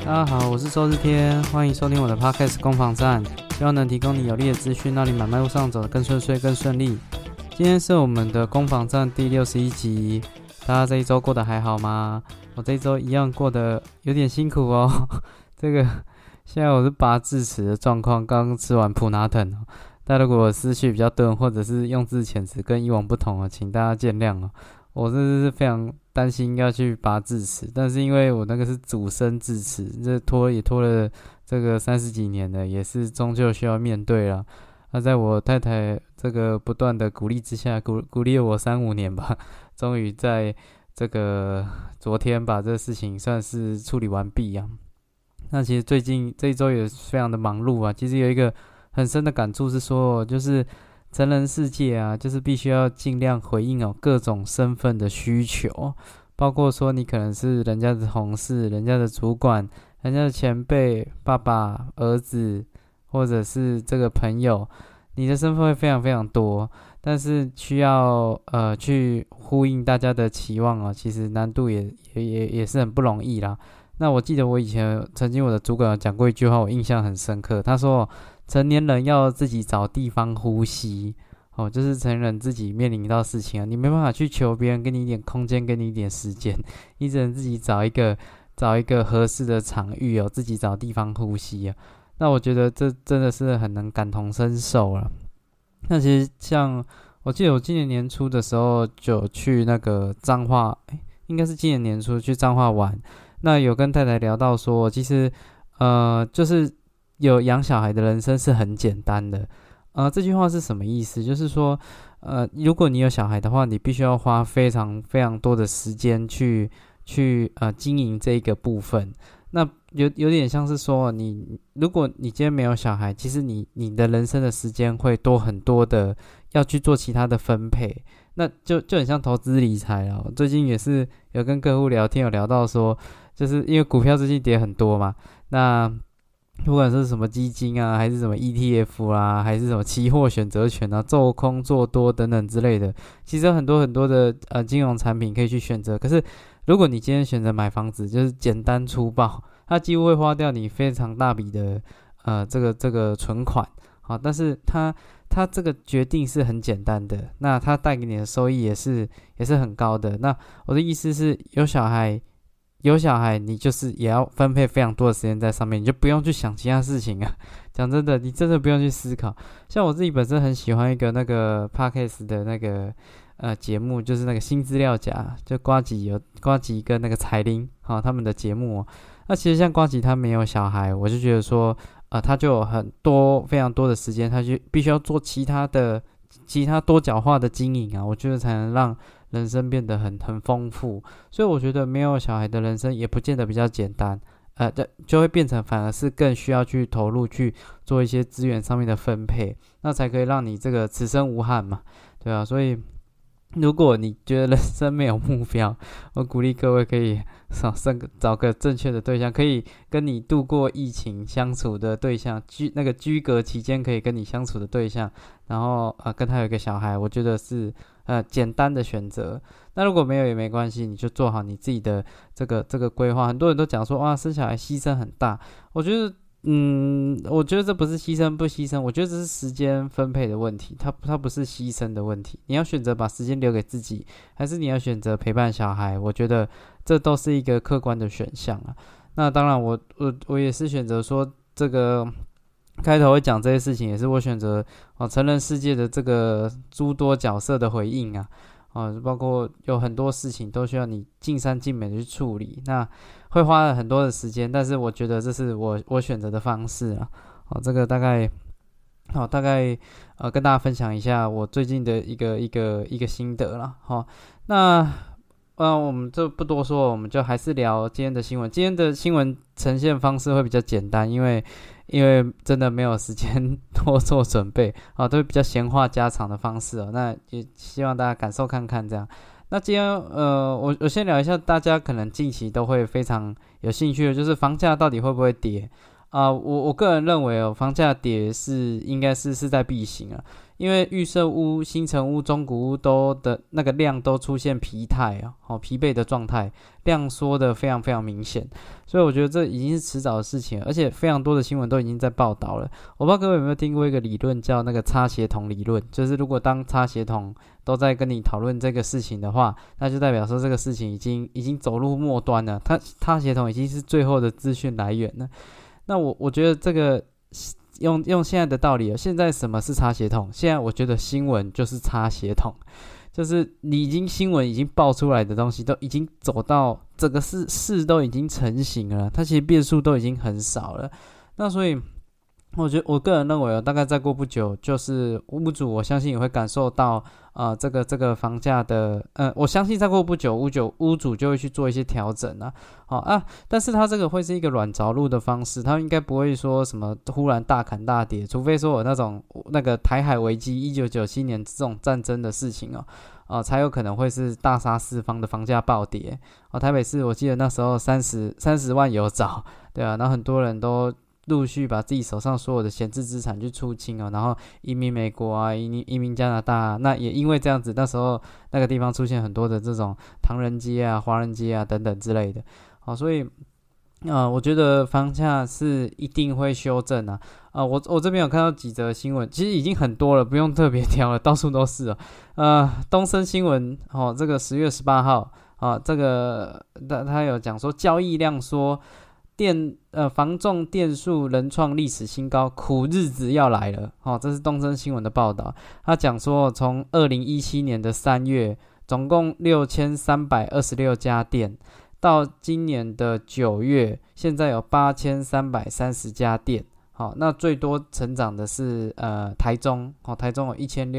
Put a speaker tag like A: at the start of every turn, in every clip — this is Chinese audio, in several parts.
A: 大家好，我是周日天，欢迎收听我的 Podcast 攻防战，希望能提供你有力的资讯，让你买卖路上走得更顺遂、更顺利。今天是我们的攻防战第61集，大家这一周过得还好吗？我这一周一样过得有点辛苦哦。现在我是拔智齿的状况，刚吃完普拿疼，大家如果思绪比较钝，或者是用字遣词跟以往不同请大家见谅哦。我真的是非常担心要去拔智齿，但是因为我那个是阻生智齿，这拖了这个30几年了，也是终究需要面对啦。那在我太太这个不断的鼓励之下，鼓励了我3-5年吧，终于在这个昨天把这个事情算是处理完毕啊。那其实最近这一周也非常的忙碌啊，其实有一个很深的感触是说，就是成人世界啊，就是必须要尽量回应各种身份的需求，包括说你可能是人家的同事、人家的主管、人家的前辈、爸爸、儿子，或者是这个朋友，你的身份会非常非常多，但是需要去呼应大家的期望其实难度也是很不容易啦。那我记得我以前曾经我的主管有讲过一句话，我印象很深刻，他说成年人要自己找地方呼吸就是成年人自己面临到事情你没办法去求别人给你一点空间，给你一点时间，你只能自己找一个合适的场域自己找地方呼吸那我觉得这真的是很能感同身受了。那其实像我记得我今年年初的时候就去那个彰化，应该是今年年初去彰化玩，那有跟太太聊到说，其实就是有养小孩的人生是很简单的。这句话是什么意思？就是说如果你有小孩的话，你必须要花非常非常多的时间去经营这个部分。那有点像是说，如果你今天没有小孩，其实你的人生的时间会多很多的，要去做其他的分配。那就很像投资理财啦。我最近也是有跟客户聊天，有聊到说，就是因为股票最近跌很多嘛，那不管是什么基金啊，还是什么 ETF 啊，还是什么期货选择权啊，做空做多等等之类的，其实有很多很多的金融产品可以去选择。可是如果你今天选择买房子，就是简单粗暴，它几乎会花掉你非常大笔的这个存款但是它这个决定是很简单的，那它带给你的收益也是很高的。那我的意思是，有小孩你就是也要分配非常多的时间在上面，你就不用去想其他事情讲真的，你真的不用去思考。像我自己本身很喜欢一个那个 Podcast 的那个节目，就是那个新资料夹，就呱吉跟那个彩玲他们的节目那其实像呱吉他没有小孩，我就觉得说他就有非常多的时间，他就必须要做其他多角化的经营我觉得才能让人生变得很丰富。所以我觉得没有小孩的人生也不见得比较简单就会变成反而是更需要去投入去做一些资源上面的分配，那才可以让你这个此生无憾嘛，对啊。所以如果你觉得人生没有目标，我鼓励各位可以找个正确的对象，可以跟你度过疫情相处的对象，居隔期间可以跟你相处的对象，然后跟他有一个小孩，我觉得是简单的选择。那如果没有也没关系，你就做好你自己的这个规划。很多人都讲说哇，生小孩牺牲很大，我觉得这不是牺牲不牺牲，我觉得这是时间分配的问题，它不是牺牲的问题。你要选择把时间留给自己，还是你要选择陪伴小孩，我觉得这都是一个客观的选项那当然我也是选择说，这个开头会讲这些事情，也是我选择成人世界的这个诸多角色的回应包括有很多事情都需要你尽善尽美的去处理，那会花了很多的时间，但是我觉得这是我选择的方式这个大概跟大家分享一下我最近的一个心得啦那我们就不多说，我们就还是聊今天的新闻。今天的新闻呈现方式会比较简单，因为真的没有时间多做准备都比较闲话家常的方式那也希望大家感受看看这样。那今天我先聊一下大家可能近期都会非常有兴趣的，就是房价到底会不会跌我个人认为房价跌应该是势在必行因为预售屋、新成屋、中古屋都的那个量都出现疲态疲惫的状态，量缩的非常非常明显，所以我觉得这已经是迟早的事情了，而且非常多的新闻都已经在报道了。我不知道各位有没有听过一个理论叫那个擦鞋童理论，就是如果当擦鞋童都在跟你讨论这个事情的话，那就代表说这个事情已经走入末端了，擦鞋童已经是最后的资讯来源了。那我觉得这个用现在的道理了，现在什么是擦鞋童？现在我觉得新闻就是擦鞋童，就是你新闻已经爆出来的东西都已经走到整个事都已经成型了，它其实变数都已经很少了。那所以我觉得我个人认为大概再过不久，就是屋主我相信也会感受到这个房价的我相信再过不久屋主就会去做一些调整但是他这个会是一个软着陆的方式，他应该不会说什么忽然大砍大跌，除非说有那个台海危机1997年这种战争的事情才有可能会是大杀四方的房价暴跌台北市我记得那时候30万有找，对啊，然后很多人都陆续把自己手上所有的闲置资产去出清然后移民美国啊，移民加拿大那也因为这样子，那时候那个地方出现很多的这种唐人街啊、华人街啊等等之类的所以我觉得房价是一定会修正我这边有看到几则新闻，其实已经很多了，不用特别挑了，到处都是东森新闻这个10月18号这个他有讲说交易量说房仲店数仍创历史新高，苦日子要来了这是东森新闻的报道。他讲说从2017年的3月总共6326家店，到今年的9月现在有8330家店那最多成长的是台中台中有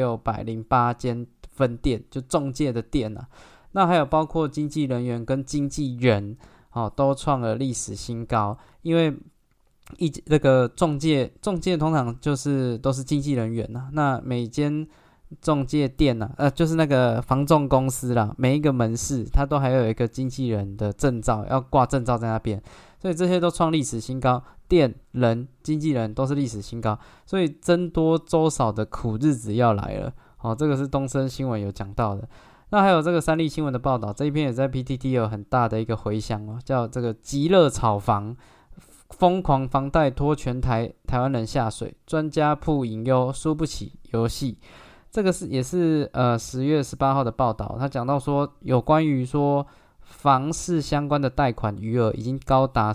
A: 1608间分店，就中介的店那还有包括经纪人员跟经纪人都创了历史新高，因为那个中介通常都是经纪人员那每间中介店就是那个房仲公司啦，每一个门市它都还有一个经纪人的证照，要挂证照在那边，所以这些都创历史新高，店人经纪人都是历史新高，所以增多粥少的苦日子要来了这个是东森新闻有讲到的。那还有这个三立新闻的报道，这一篇也在 PTT 有很大的一个回响叫这个极乐炒房，疯狂房贷拖全台湾人下水，专家曝隐忧，输不起游戏。这个也是10月18号的报道，他讲到说有关于说房市相关的贷款余额已经高达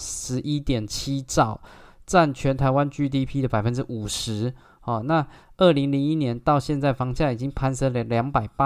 A: 11.7 兆，占全台湾 GDP 的 50%那2001年到现在房价已经攀升了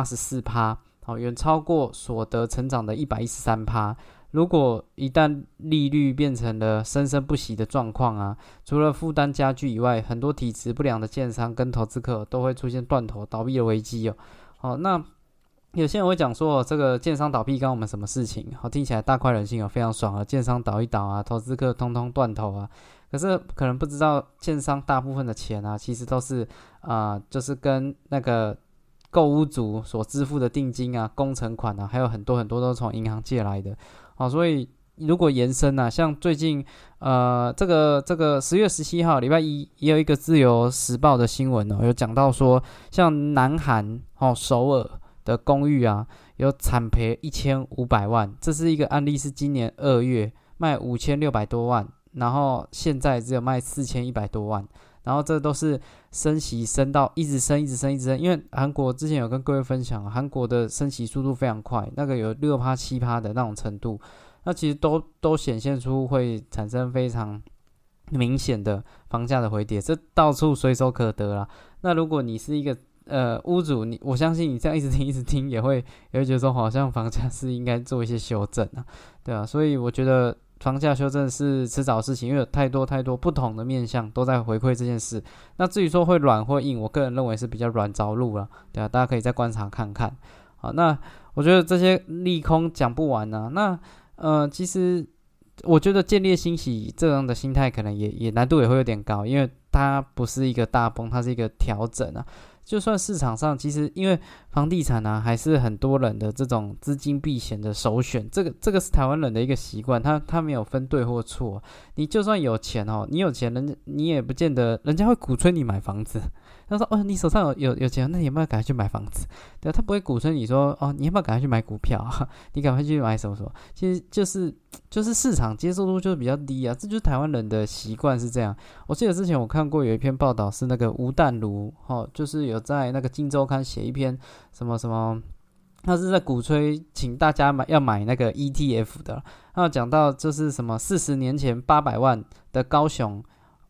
A: 284%远超过所得成长的 113%。如果一旦利率变成了生生不息的状况除了负担加剧以外，很多体质不良的建商跟投资客都会出现断头倒闭的危机那有些人会讲说这个建商倒闭干我们什么事情听起来大快人心非常爽建商倒一倒投资客通通断头可是可能不知道建商大部分的钱其实都是就是跟那个购屋族所支付的定金工程款还有很多很多都从银行借来的所以如果延伸像最近这个10月17号礼拜一也有一个自由时报的新闻有讲到说，像南韩首尔的公寓有惨赔1500万，这是一个案例，是今年2月卖5600多万，然后现在只有卖4100多万，然后这都是升息升到一直升，因为韩国之前有跟各位分享，韩国的升息速度非常快，那个有 6%、7% 的那种程度，那其实都显现出会产生非常明显的房价的回跌，这到处随手可得啦。那如果你是一个屋主，我相信你这样一直听也会觉得说好像房价是应该做一些修正对啊，所以我觉得房价修正是迟早的事情，因为有太多不同的面向都在回馈这件事。那至于说会软或硬，我个人认为是比较软着陆啦，对啊，大家可以再观察看看。好，那我觉得这些利空讲不完那其实我觉得建立欣喜这样的心态可能也难度也会有点高，因为它不是一个大崩，它是一个调整就算市场上其实因为房地产还是很多人的这种资金避险的首选，这个是台湾人的一个习惯，他没有分对或错。你就算有钱你有钱你也不见得人家会鼓吹你买房子， 他说哦，你手上有钱，那你要不要赶快去买房子？对啊，他不会鼓吹你说哦，你要不要赶快去买股票啊？你赶快去买什么什么？其实就是市场接受度就是比较低啊，这就是台湾人的习惯是这样。我记得之前我看过有一篇报道是那个吴淡如就是有在那个《今周刊》写一篇什么什么。他是在鼓吹请大家要买那个 ETF 的，他有讲到就是什么40年前800万的高雄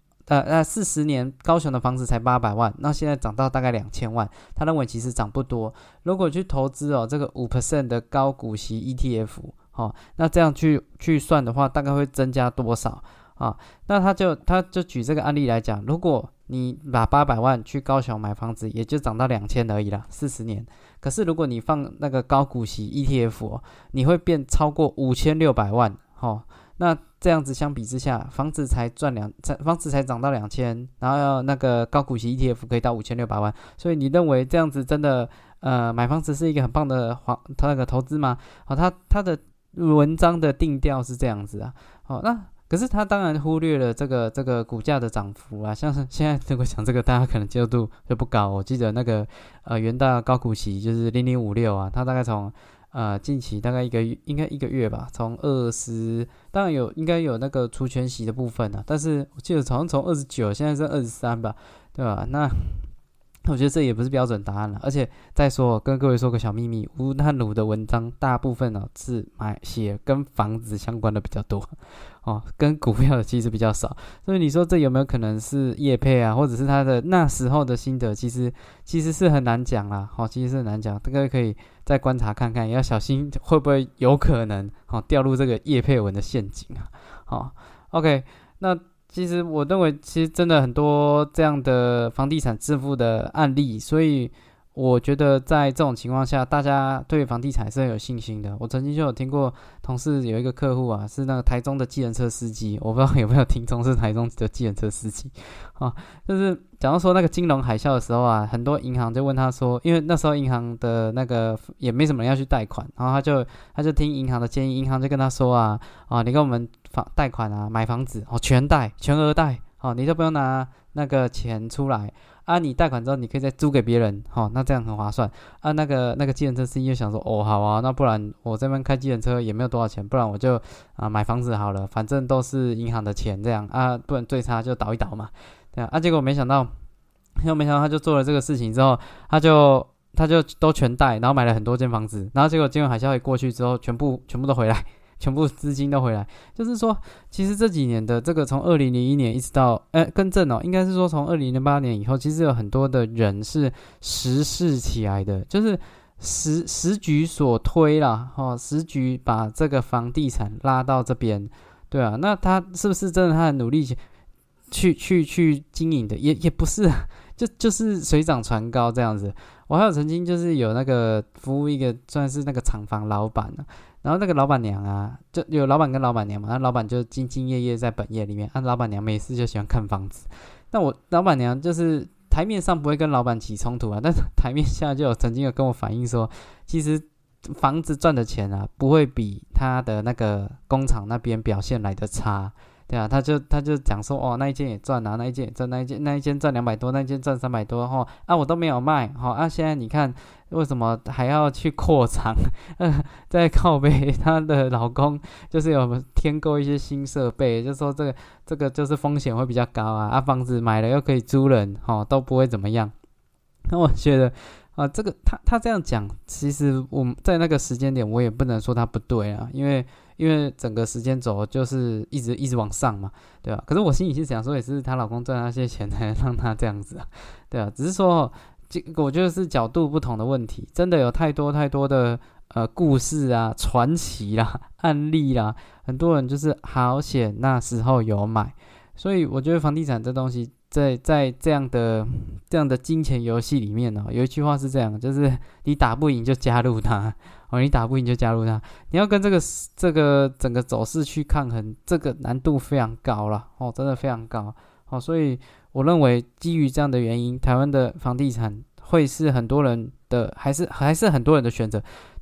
A: ，40年高雄的房子才800万，那现在涨到大概2000万，他认为其实涨不多。如果去投资这个5% 的高股息 ETF，那这样去算的话，大概会增加多少啊？那他就举这个案例来讲，如果你把800万去高雄买房子，也就涨到2000而已啦，40年。可是如果你放那个高股息 ETF，你会变超过5600万，那这样子相比之下，房子才涨到2000，然后那个高股息 ETF 可以到5600万，所以你认为这样子真的买房子是一个很棒的那个投资吗？他的文章的定调是这样子啊，那可是他当然忽略了这个股价的涨幅啊，像是现在如果讲这个，大家可能接受度就不高。我记得那个元大高股息就是0056啊，它大概从近期大概应该一个月吧，从20，当然应该有那个除权息的部分啊，但是我记得好像从29现在是23吧，对吧？那我觉得这也不是标准答案了，而且再说跟各位说个小秘密，吴淡如的文章大部分是写跟房子相关的比较多跟股票的其实比较少，所以你说这有没有可能是业配啊，或者是他的那时候的心得，其实是很难讲啦，其实是很难讲，这个可以再观察看看，也要小心会不会有可能掉入这个业配文的陷阱啊。OK， 那其实我认为其实真的很多这样的房地产致富的案例，所以我觉得在这种情况下，大家对房地产是很有信心的。我曾经就有听过同事有一个客户是那个台中的计程车司机，我不知道有没有听众是台中的计程车司机就是假如说那个金融海啸的时候很多银行就问他说，因为那时候银行的那个也没什么人要去贷款，然后他就听银行的建议，银行就跟他说你跟我们贷款买房子全额贷你都不用拿那个钱出来你贷款之后你可以再租给别人那这样很划算那个计程车司机就想说好啊，那不然我这边开计程车也没有多少钱，不然我就买房子好了，反正都是银行的钱这样不然最差就倒一倒嘛，对结果没想到他就做了这个事情之后，他就都全贷，然后买了很多间房子，然后结果金融海啸一过去之后，全部都回来，全部资金都回来。就是说，其实这几年的这个从2001年一直到更正应该是说从2008年以后，其实有很多的人是时势起来的，就是时局所推啦，时局把这个房地产拉到这边，对啊，那他是不是真的他很努力去经营的？也不是就是水涨船高这样子。我还有曾经就是有那个服务一个算是那个厂房老板然后那个老板娘就有老板跟老板娘嘛，那老板就兢兢业业在本业里面，老板娘每次就喜欢看房子。那我老板娘就是台面上不会跟老板起冲突但是台面下就曾经有跟我反映说，其实房子赚的钱不会比他的那个工厂那边表现来的差。对他就讲说那一间也赚那一间也赚，那一间赚200多，那一间赚300多我都没有卖现在你看为什么还要去扩厂在靠北她的老公就是有添购一些新设备，就说这个就是风险会比较高房子买了又可以租人都不会怎么样。那我觉得这个他这样讲，其实我们在那个时间点我也不能说他不对因为整个时间轴就是一直往上嘛，对吧？可是我心里是想说，也是她老公赚那些钱才让她这样子对啊。只是说，我觉得是角度不同的问题，真的有太多的故事传奇啦、案例啦，很多人就是好险那时候有买，所以我觉得房地产这东西。在这样的金钱游戏里面有一句话是这样，就是你打不赢就加入它你打不赢就加入它，你要跟这个整个走势去抗衡，这个难度非常高啦真的非常高所以我认为基于这样的原因，台湾的房地产会是很多人的还是很多人的选择，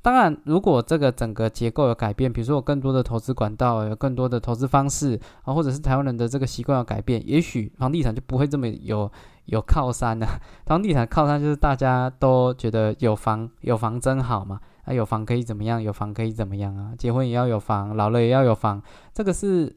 A: 当然，如果这个整个结构有改变，比如说有更多的投资管道，有更多的投资方式啊，或者是台湾人的这个习惯有改变，也许房地产就不会这么有靠山了。房地产靠山就是大家都觉得有房真好嘛，有房可以怎么样？有房可以怎么样啊？结婚也要有房，老了也要有房，这是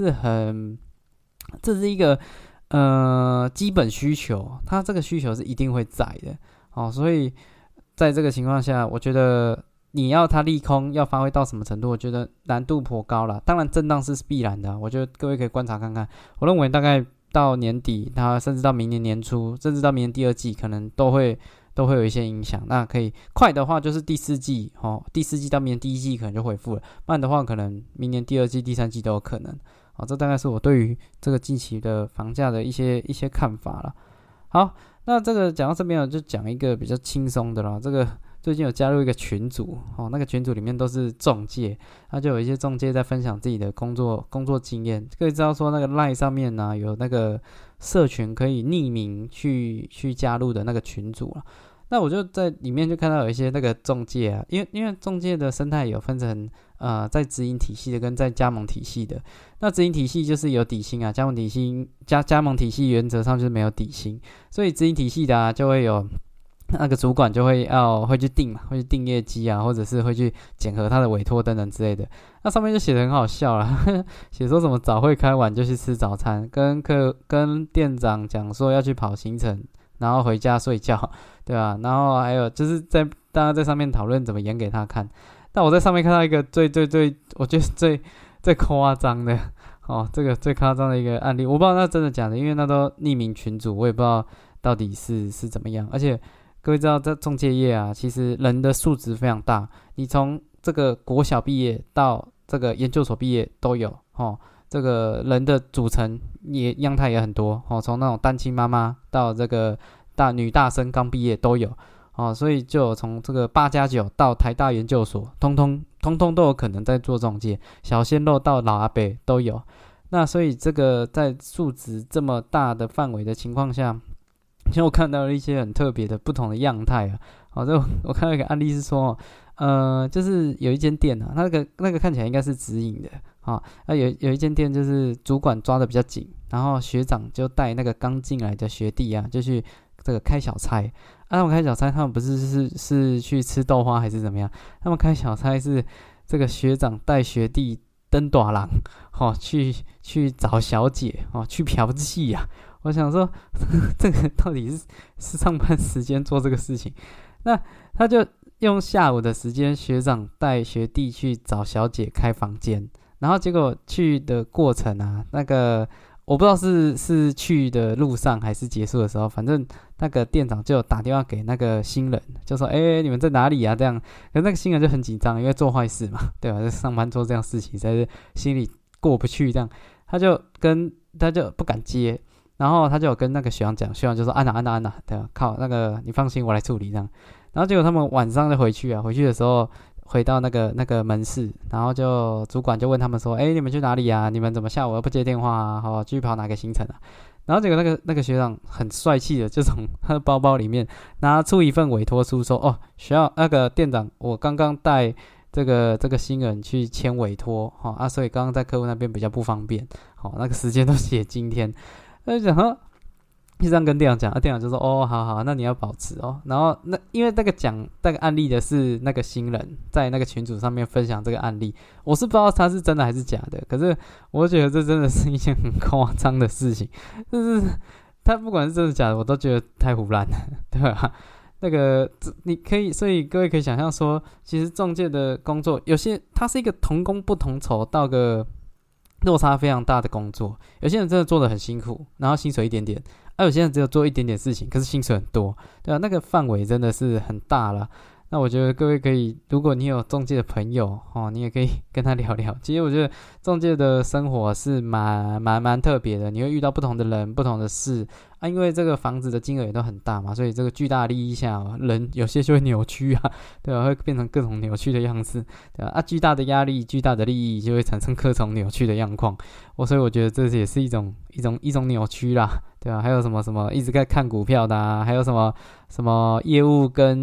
A: 一个基本需求，它这个需求是一定会在的哦，所以在这个情况下，我觉得你要它利空要发挥到什么程度，我觉得难度颇高了。当然，震荡是必然的，我觉得各位可以观察看看。我认为大概到年底，它甚至到明年年初，甚至到明年第二季，可能都会有一些影响。那可以快的话就是第四季到明年第一季可能就恢复了；慢的话，可能明年第二季、第三季都有可能。好，这大概是我对于这个近期的房价的一些看法了。好，那这个讲到这边，我就讲一个比较轻松的啦。这个最近有加入一个群组哦，那个群组里面都是仲介，那就有一些仲介在分享自己的工作经验。可以知道说那个 LINE 上面呢，有那个社群可以匿名去加入的那个群组了。那我就在里面就看到有一些那个仲介啊，因为仲介的生态有分成在直营体系的跟在加盟体系的。那直营体系就是有底薪啊，加盟体系加盟体系原则上就是没有底薪，所以直营体系的就会有那个主管就会去定嘛，会去定业绩啊，或者是会去检核他的委托等等之类的。那上面就写得很好笑啦，写说什么早会开完就去吃早餐，跟店长讲说要去跑行程，然后回家睡觉，对吧？然后还有就是大家在上面讨论怎么演给他看。但我在上面看到一个我觉得最夸张的这个最夸张的一个案例，我不知道那真的假的，因为那都匿名群组，我也不知道到底是怎么样。而且各位知道，在仲介业啊，其实人的素质非常大，你从这个国小毕业到这个研究所毕业都有这个人的组成样态也很多从那种单亲妈妈到这个女大生刚毕业都有所以就从这个8+9到台大研究所，通通都有可能在做仲介，小鲜肉到老阿伯都有。那所以这个在素质这么大的范围的情况下，其实我看到了一些很特别的不同的样态啊。这我看到一个案例是说就是有一间店啊，那个看起来应该是直营的有一间店就是主管抓的比较紧，然后学长就带那个刚进来的学弟啊，就去这个开小差。他们开小差，他们不是去吃豆花还是怎么样？他们开小差是这个学长带学弟登大人去找小姐去嫖妓啊！我想说，这个到底是上班时间做这个事情？那他就用下午的时间，学长带学弟去找小姐开房间，然后结果去的过程啊，那个我不知道是去的路上还是结束的时候，反正那个店长就有打电话给那个新人，就说你们在哪里啊？这样，可是那个新人就很紧张，因为做坏事嘛，对吧？在上班做这样事情，实在是心里过不去，这样他就不敢接，然后他就有跟那个学长讲，学长就说安娜，对吧？靠，那个你放心，我来处理这样。然后结果他们晚上就回去的时候，回到那个门市，然后就主管就问他们说，你们去哪里啊？你们怎么下午又不接电话啊？继续跑哪个行程啊？然后结果那个学长很帅气的就从他的包包里面拿出一份委托书，说学校那个店长，我刚刚带这个新人去签委托所以刚刚在客户那边比较不方便那个时间都写今天。他就讲就这样跟店长讲店长就说好，那你要保持然后因为讲那个案例的是那个新人在那个群组上面分享这个案例，我是不知道他是真的还是假的，可是我觉得这真的是一件很夸张的事情，就是他不管是真的假的，我都觉得太胡乱了，对吧？你可以，所以各位可以想象说，其实仲介的工作有些它是一个同工不同酬到个落差非常大的工作，有些人真的做得很辛苦，然后薪水一点点，有些人只有做一点点事情，可是薪水很多，对吧？那个范围真的是很大了。那我觉得各位可以，如果你有仲介的朋友你也可以跟他聊聊。其实我觉得仲介的生活是蛮特别的，你会遇到不同的人、不同的事因为这个房子的金额也都很大嘛，所以这个巨大的利益下人有些就会扭曲对吧？会变成各种扭曲的样子，对吧？巨大的压力、巨大的利益就会产生各种扭曲的样况。所以我觉得这也是一种扭曲啦，对吧？还有什么一直在看股票的还有什么业务跟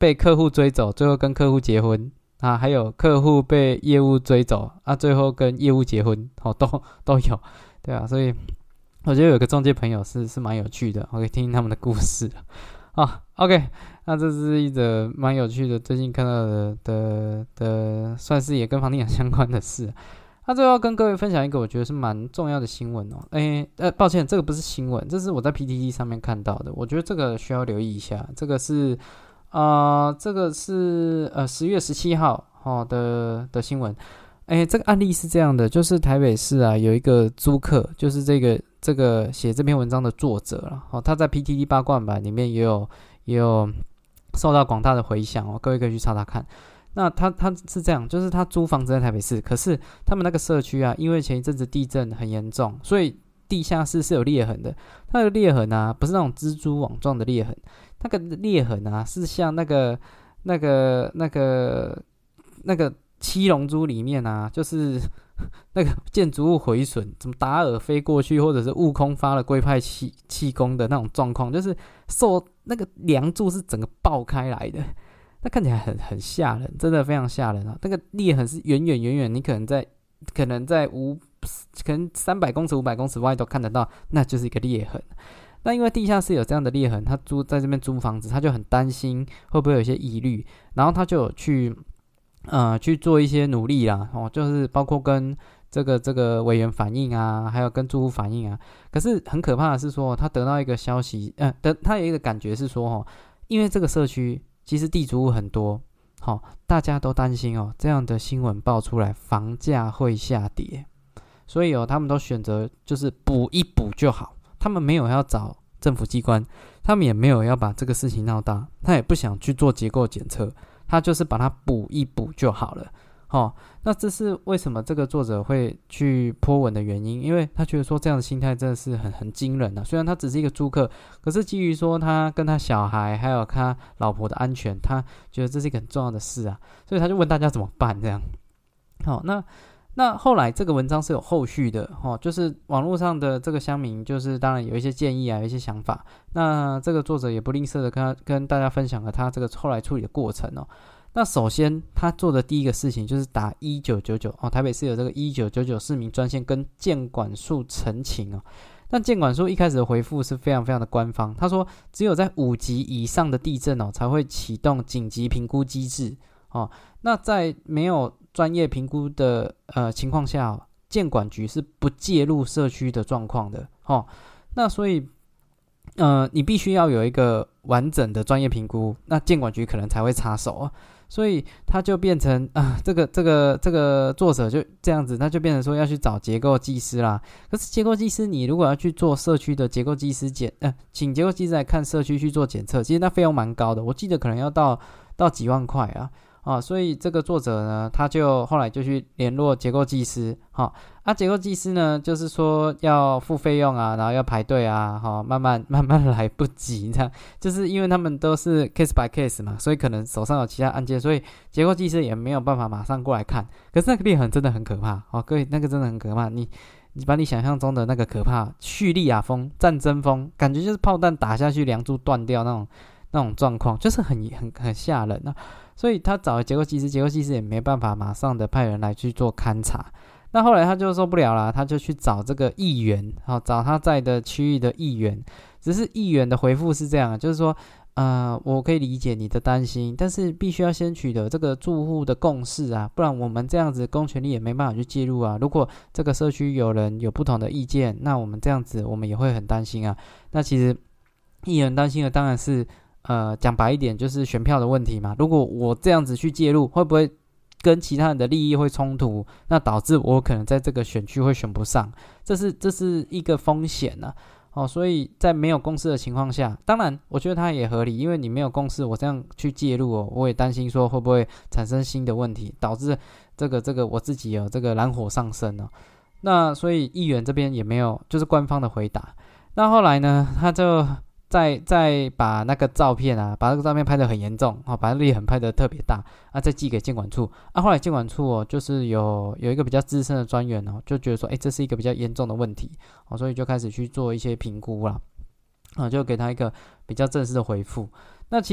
A: 被客户追走，最后跟客户结婚啊，还有客户被业务追走啊，最后跟业务结婚，都有，对啊，所以我觉得有个中介朋友是蛮有趣的，我可以听听他们的故事OK， 那这是一则蛮有趣的，最近看到的算是也跟房地产相关的事。那最后要跟各位分享一个我觉得是蛮重要的新闻抱歉，这个不是新闻，这是我在 PTT 上面看到的，我觉得这个需要留意一下。这个是10月17号的新闻。这个案例是这样的，就是台北市啊有一个租客，就是这个写这篇文章的作者啦，他在 PTT 八卦版里面也有受到广大的回响各位可以去查查看。那他是这样，就是他租房子在台北市，可是他们那个社区啊，因为前一阵子地震很严重，所以地下室是有裂痕的。它的裂痕啊，不是那种蜘蛛网状的裂痕，那个裂痕啊是像那个七龙珠里面啊，就是那个建筑物毁损，怎么达尔飞过去，或者是悟空发了龟派气功的那种状况，就是受那个梁柱是整个爆开来的。那看起来很吓人，真的非常吓人啊！那个裂痕是远，你可能在300公尺、500公尺外都看得到，那就是一个裂痕。那因为地下室有这样的裂痕，他在这边租房子，他就很担心会不会有一些疑虑，然后他就有去做一些努力啦，就是包括跟这个委员反映啊，还有跟住户反映啊。可是很可怕的是说，他得到一个消息，他有一个感觉是说因为这个社区其实地主物很多，大家都担心这样的新闻爆出来，房价会下跌，所以他们都选择就是补一补就好，他们没有要找政府机关，他们也没有要把这个事情闹大，他也不想去做结构检测，他就是把它补一补就好了。那这是为什么这个作者会去po文的原因，因为他觉得说这样的心态真的是很惊人虽然他只是一个租客，可是基于说他跟他小孩还有他老婆的安全，他觉得这是一个很重要的事啊，所以他就问大家怎么办这样。那后来这个文章是有后续的就是网络上的这个乡民就是当然有一些建议有一些想法，那这个作者也不吝啬的跟大家分享了他这个后来处理的过程那首先他做的第一个事情就是打1999台北市有这个1999市民专线跟建管处陈情那建管处一开始的回复是非常非常的官方，他说只有在5级以上的地震才会启动紧急评估机制那在没有专业评估的情况下建管局是不介入社区的状况的那所以你必须要有一个完整的专业评估，那建管局可能才会插手所以他就变成这个作者就这样子，他就变成说要去找结构技师啦。可是结构技师，你如果要去做社区的结构技师请结构技师来看社区去做检测，其实那费用蛮高的，我记得可能要到几万块所以这个作者呢，他就后来就去联络结构技师结构技师呢，就是说要付费用然后要排队慢慢来不及这样，就是因为他们都是 case by case 嘛，所以可能手上有其他案件，所以结构技师也没有办法马上过来看。可是那个裂痕真的很可怕各位，那个真的很可怕，你把你想象中的那个可怕叙利亚风、战争风，感觉就是炮弹打下去梁柱断掉那种状况，就是很吓人所以他找了结构技师，结构技师也没办法马上的派人来去做勘察。那后来他就受不了了，他就去找这个议员找他在的区域的议员。只是议员的回复是这样，就是说我可以理解你的担心，但是必须要先取得这个住户的共识不然我们这样子公权力也没办法去介入如果这个社区有人有不同的意见，那我们这样子我们也会很担心那其实议员担心的当然是讲白一点就是选票的问题嘛，如果我这样子去介入，会不会跟其他人的利益会冲突，那导致我可能在这个选区会选不上，这是一个风险所以在没有共识的情况下，当然我觉得它也合理，因为你没有共识，我这样去介入我也担心说会不会产生新的问题，导致这个我自己有这个燃火上身那所以议员这边也没有就是官方的回答。那后来呢，他就再把那个照片把那个照片拍得很严重把裂痕拍得特别大再寄给建管处后来建管处就是有一个比较资深的专员就觉得说这是一个比较严重的问题所以就开始去做一些评估啦就给他一个比较正式的回复。那其实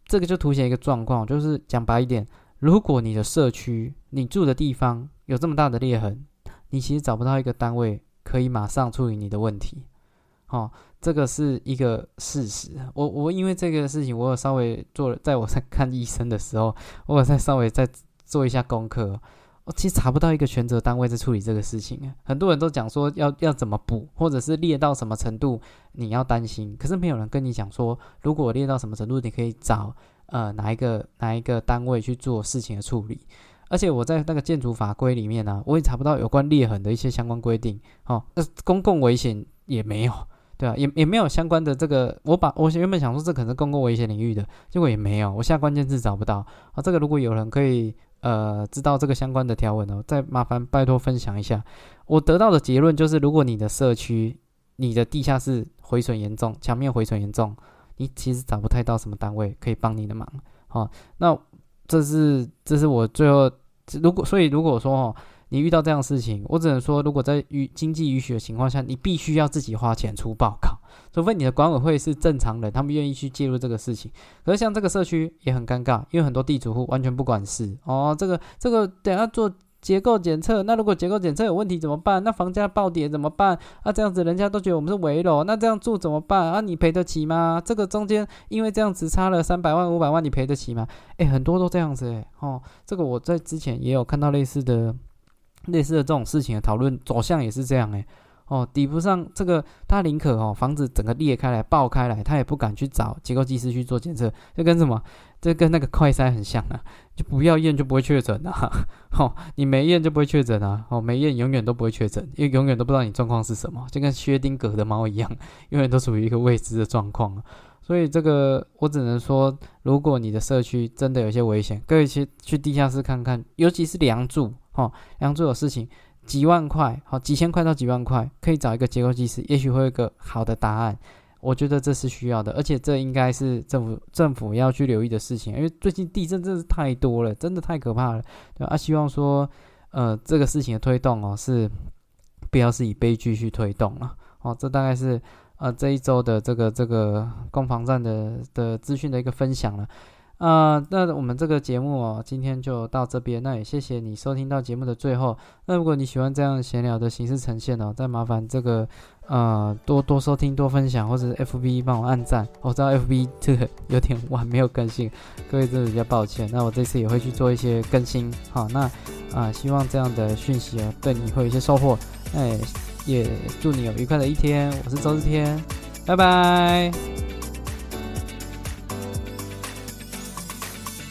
A: 这个就凸显一个状况，就是讲白一点，如果你的社区你住的地方有这么大的裂痕，你其实找不到一个单位可以马上处理你的问题。这个是一个事实。我因为这个事情，我有稍微做了，在我在看医生的时候，我有稍微再做一下功课。我其实查不到一个全责单位在处理这个事情。很多人都讲说要怎么补，或者是裂到什么程度你要担心，可是没有人跟你讲说，如果裂到什么程度，你可以找哪一个单位去做事情的处理。而且我在那个建筑法规里面呢，我也查不到有关裂痕的一些相关规定。公共危险也没有。对啊，也没有相关的这个，我原本想说这可能是公共危险领域的，结果也没有，我下关键字找不到。这个如果有人可以知道这个相关的条文再麻烦拜托分享一下。我得到的结论就是，如果你的社区你的地下室毁损严重，墙面毁损严重，你其实找不太到什么单位可以帮你的忙。那这是我最后如果说你遇到这样的事情，我只能说，如果在经济允许的情况下，你必须要自己花钱出报告，除非你的管委会是正常人，他们愿意去介入这个事情。可是像这个社区也很尴尬，因为很多地主户完全不管事。这个等下做结构检测，那如果结构检测有问题怎么办？那房价暴跌怎么办？这样子人家都觉得我们是危楼，那这样住怎么办？你赔得起吗？这个中间因为这样子差了300万500万，你赔得起吗？很多都这样子。这个我在之前也有看到类似的这种事情的讨论走向也是这样。抵不上这个，他宁可房子整个裂开来爆开来，他也不敢去找结构技师去做检测。这跟什么？这跟那个快筛很像啊，就不要验就不会确诊啊。你没验就不会确诊啊。没验永远都不会确诊，因为永远都不知道你状况是什么，就跟薛丁格的猫一样，永远都处于一个未知的状况。所以这个我只能说，如果你的社区真的有些危险，可以去地下室看看，尤其是梁柱有事情，几万块，几千块到几万块，可以找一个结构技师，也许会有一个好的答案。我觉得这是需要的，而且这应该是政府要去留意的事情，因为最近地震真的是太多了，真的太可怕了。对啊，希望说这个事情的推动是不要是以悲剧去推动了。这大概是这一周的这个攻防战的资讯的一个分享了。那我们这个节目今天就到这边。那也谢谢你收听到节目的最后。那如果你喜欢这样闲聊的形式呈现再麻烦这个多收听多分享，或者是 FB 帮我按赞。我知道 FB 这个有点晚没有更新，各位真的比较抱歉。那我这次也会去做一些更新。那希望这样的讯息对你会有一些收获。那也祝你有愉快的一天。我是周日天，拜拜。